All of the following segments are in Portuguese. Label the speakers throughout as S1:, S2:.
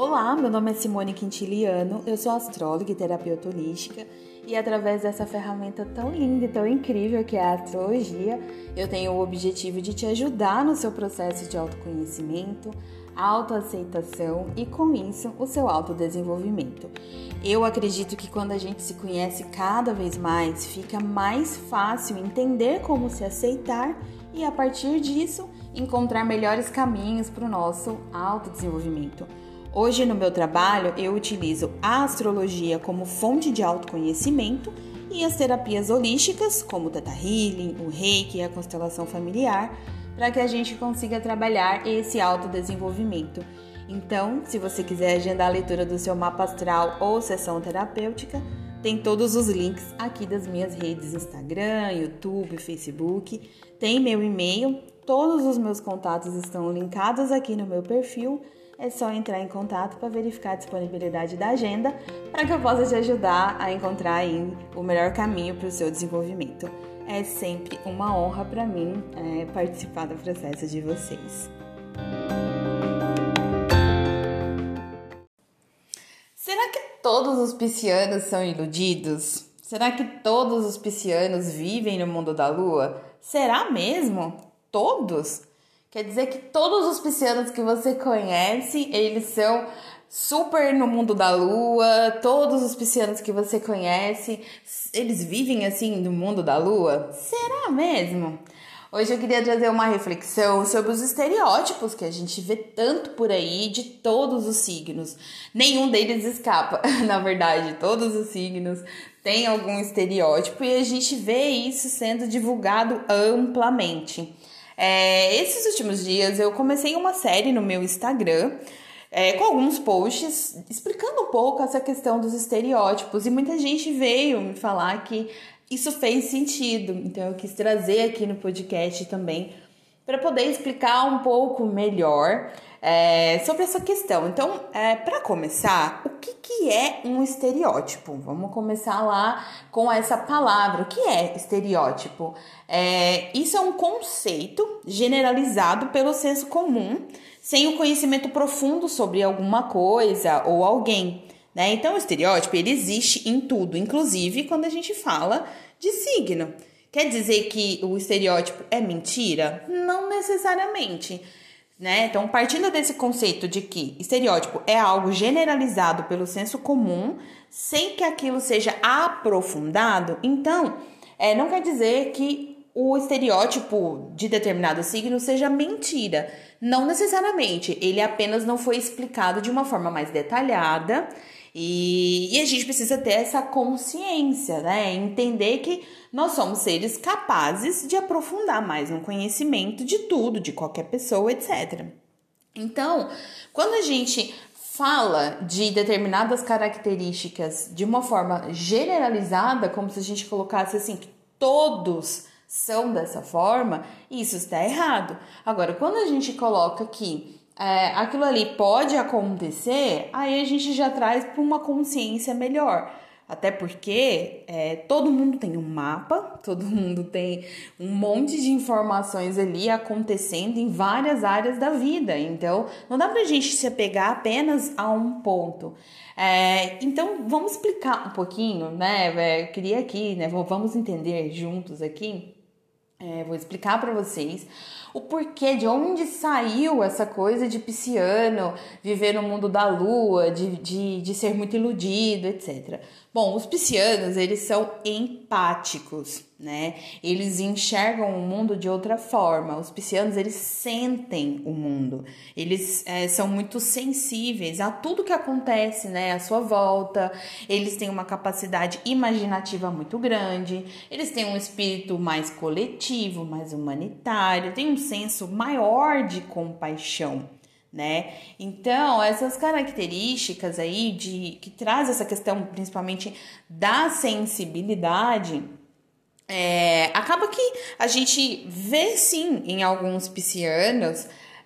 S1: Olá, meu nome é Simone Quintiliano, eu sou astróloga e terapeuta holística e através dessa ferramenta tão linda e tão incrível que é a astrologia, eu tenho o objetivo de te ajudar no seu processo de autoconhecimento, autoaceitação e com isso o seu autodesenvolvimento. Eu acredito que quando a gente se conhece cada vez mais, fica mais fácil entender como se aceitar e a partir disso encontrar melhores caminhos para o nosso autodesenvolvimento. Hoje no meu trabalho eu utilizo a astrologia como fonte de autoconhecimento e as terapias holísticas como o Theta Healing, o Reiki e a constelação familiar para que a gente consiga trabalhar esse autodesenvolvimento. Então, se você quiser agendar a leitura do seu mapa astral ou sessão terapêutica, tem todos os links aqui das minhas redes Instagram, YouTube, Facebook, tem meu e-mail, todos os meus contatos estão linkados aqui no meu perfil. É só entrar em contato para verificar a disponibilidade da agenda para que eu possa te ajudar a encontrar aí o melhor caminho para o seu desenvolvimento. É sempre uma honra para mim participar do processo de vocês. Será que todos os piscianos são iludidos? Será que todos os piscianos vivem no mundo da lua? Será mesmo? Todos? Quer dizer que todos os piscianos que você conhece, eles são super no mundo da lua, todos os piscianos que você conhece, eles vivem assim no mundo da lua? Será mesmo? Hoje eu queria trazer uma reflexão sobre os estereótipos que a gente vê tanto por aí de todos os signos. Nenhum deles escapa, na verdade, todos os signos têm algum estereótipo e a gente vê isso sendo divulgado amplamente. Esses últimos dias eu comecei uma série no meu Instagram com alguns posts explicando um pouco essa questão dos estereótipos e muita gente veio me falar que isso fez sentido, então eu quis trazer aqui no podcast também para poder explicar um pouco melhor sobre essa questão. Então, para começar, o que é um estereótipo? Vamos começar lá com essa palavra. O que é estereótipo? Isso é um conceito generalizado pelo senso comum, sem o conhecimento profundo sobre alguma coisa ou alguém, né? Então, o estereótipo ele existe em tudo, inclusive quando a gente fala de signo. Quer dizer que o estereótipo é mentira? Não necessariamente, né? Então, partindo desse conceito de que estereótipo é algo generalizado pelo senso comum, sem que aquilo seja aprofundado, então, não quer dizer que o estereótipo de determinado signo seja mentira. Não necessariamente, ele apenas não foi explicado de uma forma mais detalhada e a gente precisa ter essa consciência, né? Entender que nós somos seres capazes de aprofundar mais no conhecimento de tudo, de qualquer pessoa, etc. Então, quando a gente fala de determinadas características de uma forma generalizada, como se a gente colocasse assim, que todos são dessa forma, isso está errado. Agora, quando a gente coloca que aquilo ali pode acontecer, aí a gente já traz para uma consciência melhor. Até porque todo mundo tem um mapa, todo mundo tem um monte de informações ali acontecendo em várias áreas da vida. Então, não dá pra gente se apegar apenas a um ponto. Então, vamos explicar um pouquinho, né? Eu queria aqui, né? Vamos entender juntos aqui. Vou explicar para vocês o porquê, de onde saiu essa coisa de pisciano viver no mundo da lua, de ser muito iludido, etc. Bom, os piscianos, eles são empáticos, né? Eles enxergam o mundo de outra forma. Os piscianos, eles sentem o mundo. Eles são muito sensíveis a tudo que acontece, né, à sua volta. Eles têm uma capacidade imaginativa muito grande. Eles têm um espírito mais coletivo, mais humanitário. Têm um senso maior de compaixão, né? Então, essas características aí que traz essa questão principalmente da sensibilidade, acaba que a gente vê sim em alguns piscianos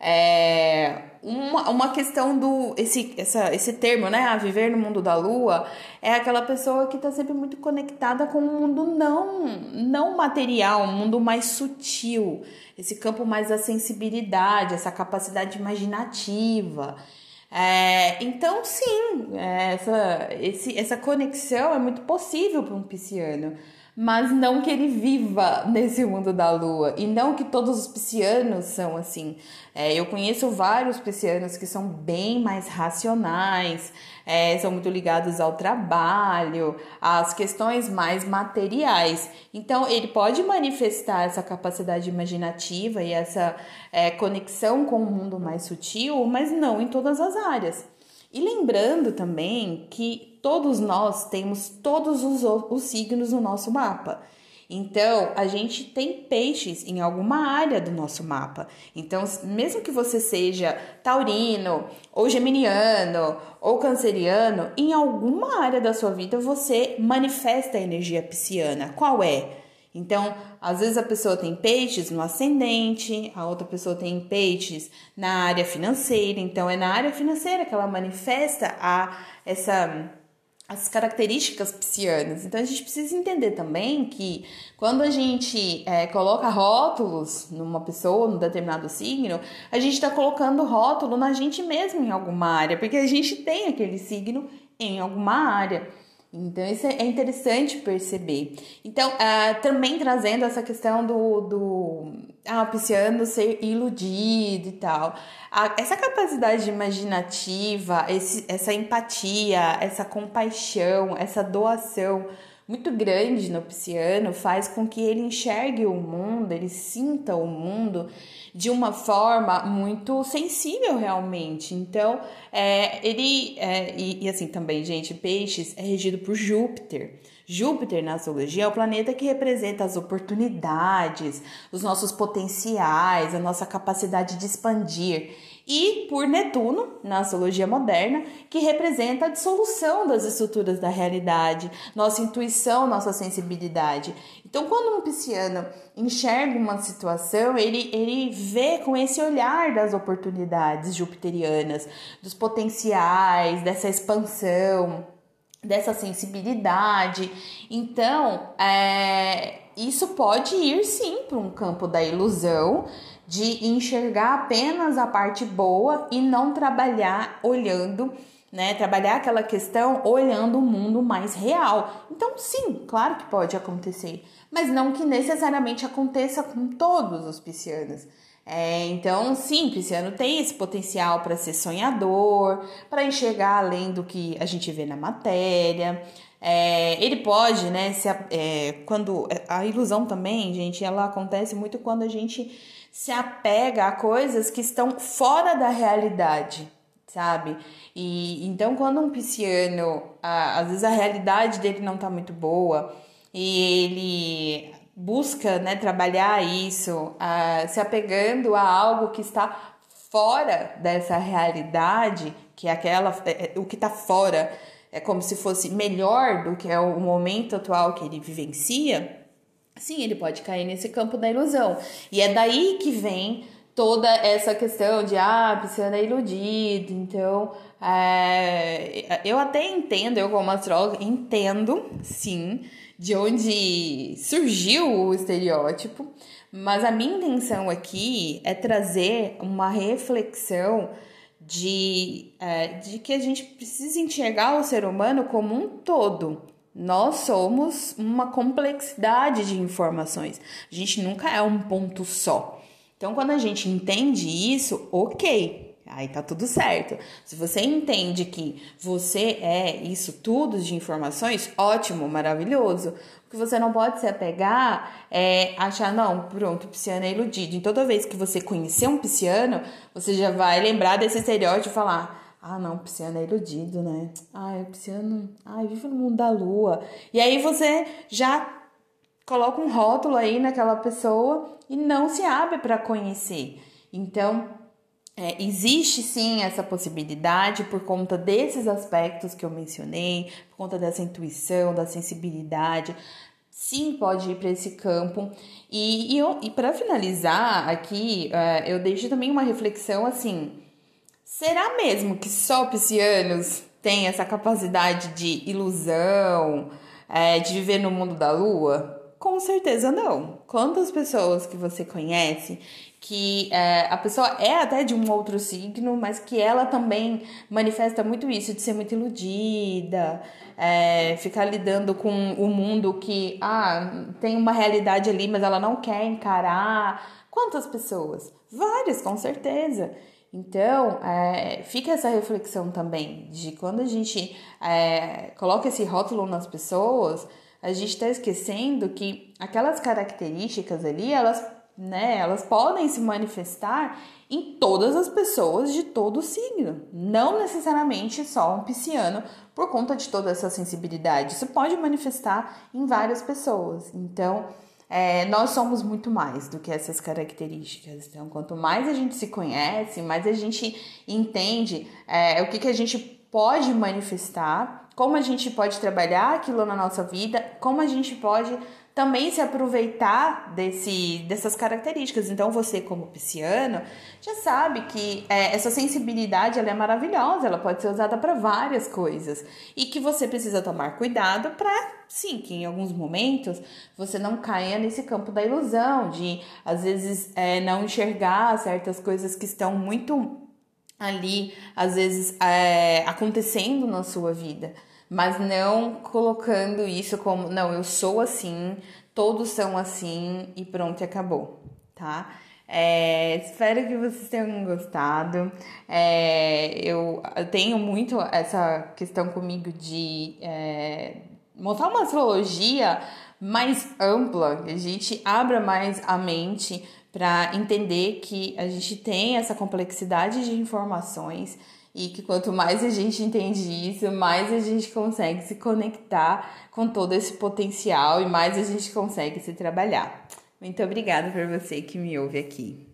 S1: uma questão do esse termo, né, a viver no mundo da lua, é aquela pessoa que está sempre muito conectada com um mundo não material, um mundo mais sutil, esse campo mais da sensibilidade, essa capacidade imaginativa. Então, sim, essa conexão é muito possível para um pisciano, mas não que ele viva nesse mundo da lua, e não que todos os piscianos são assim. Eu conheço vários piscianos que são bem mais racionais, são muito ligados ao trabalho, às questões mais materiais. Então, ele pode manifestar essa capacidade imaginativa e essa conexão com o mundo mais sutil, mas não em todas as áreas. E lembrando também que todos nós temos todos os signos no nosso mapa. Então, a gente tem peixes em alguma área do nosso mapa. Então, mesmo que você seja taurino, ou geminiano, ou canceriano, em alguma área da sua vida você manifesta a energia pisciana. Qual é? Então, às vezes a pessoa tem peixes no ascendente, a outra pessoa tem peixes na área financeira. Então, é na área financeira que ela manifesta as características piscianas. Então, a gente precisa entender também que quando a gente coloca rótulos numa pessoa, num determinado signo, a gente está colocando rótulo na gente mesmo em alguma área, porque a gente tem aquele signo em alguma área. Então, isso é interessante perceber. Então, também trazendo essa questão do pisciano ser iludido e tal. Essa capacidade imaginativa, essa empatia, essa compaixão, essa doação muito grande no pisciano faz com que ele enxergue o mundo, ele sinta o mundo de uma forma muito sensível realmente. Então, e assim também, gente, peixes é regido por Júpiter. Júpiter, na astrologia, é o planeta que representa as oportunidades, os nossos potenciais, a nossa capacidade de expandir. E por Netuno, na astrologia moderna, que representa a dissolução das estruturas da realidade, nossa intuição, nossa sensibilidade. Então, quando um pisciano enxerga uma situação, ele vê com esse olhar das oportunidades jupiterianas, dos potenciais, dessa expansão, dessa sensibilidade. Então, isso pode ir sim para um campo da ilusão, de enxergar apenas a parte boa e não trabalhar olhando, né? Trabalhar aquela questão olhando o mundo mais real. Então, sim, claro que pode acontecer, mas não que necessariamente aconteça com todos os piscianos. Então, sim, pisciano tem esse potencial para ser sonhador, para enxergar além do que a gente vê na matéria. Ele pode, né, quando a ilusão também, gente, ela acontece muito quando a gente se apega a coisas que estão fora da realidade, sabe? E então, quando um pisciano, às vezes a realidade dele não tá muito boa e ele busca, né, trabalhar isso, se apegando a algo que está fora dessa realidade, que é o que está fora é como se fosse melhor do que é o momento atual que ele vivencia. Sim, ele pode cair nesse campo da ilusão. E é daí que vem toda essa questão de pisciano é iludido. Então, eu até entendo, eu como astróloga, entendo, sim, de onde surgiu o estereótipo, mas a minha intenção aqui é trazer uma reflexão de que a gente precisa enxergar o ser humano como um todo. Nós somos uma complexidade de informações. A gente nunca é um ponto só. Então, quando a gente entende isso, ok, aí tá tudo certo. Se você entende que você é isso tudo de informações, ótimo, maravilhoso. O que você não pode se apegar é achar, não, pronto, o pisciano é iludido. E toda vez que você conhecer um pisciano, você já vai lembrar desse estereótipo e falar... não, o pisciano é iludido, né? O pisciano... vive no mundo da lua. E aí você já coloca um rótulo aí naquela pessoa e não se abre para conhecer. Então, existe sim essa possibilidade por conta desses aspectos que eu mencionei, por conta dessa intuição, da sensibilidade. Sim, pode ir para esse campo. E para finalizar aqui, eu deixo também uma reflexão assim... Será mesmo que só piscianos têm essa capacidade de ilusão, de viver no mundo da lua? Com certeza não. Quantas pessoas que você conhece que a pessoa é até de um outro signo, mas que ela também manifesta muito isso, de ser muito iludida, ficar lidando com o mundo que tem uma realidade ali, mas ela não quer encarar. Quantas pessoas? Várias, com certeza. Então, fica essa reflexão também, de quando a gente coloca esse rótulo nas pessoas, a gente está esquecendo que aquelas características ali, elas podem se manifestar em todas as pessoas de todo o signo, não necessariamente só um pisciano, por conta de toda essa sensibilidade. Isso pode manifestar em várias pessoas. Então, nós somos muito mais do que essas características. Então, quanto mais a gente se conhece, mais a gente entende o que a gente pode manifestar, como a gente pode trabalhar aquilo na nossa vida, como a gente pode também se aproveitar dessas características. Então, você como pisciano já sabe que essa sensibilidade ela é maravilhosa, ela pode ser usada para várias coisas e que você precisa tomar cuidado para, sim, que em alguns momentos você não caia nesse campo da ilusão, de às vezes não enxergar certas coisas que estão muito ali, às vezes, acontecendo na sua vida, mas não colocando isso como, não, eu sou assim, todos são assim e pronto, e acabou, tá? Espero que vocês tenham gostado. Eu tenho muito essa questão comigo de montar uma astrologia mais ampla, que a gente abra mais a mente para entender que a gente tem essa complexidade de informações e que quanto mais a gente entende isso, mais a gente consegue se conectar com todo esse potencial e mais a gente consegue se trabalhar. Muito obrigada por você que me ouve aqui.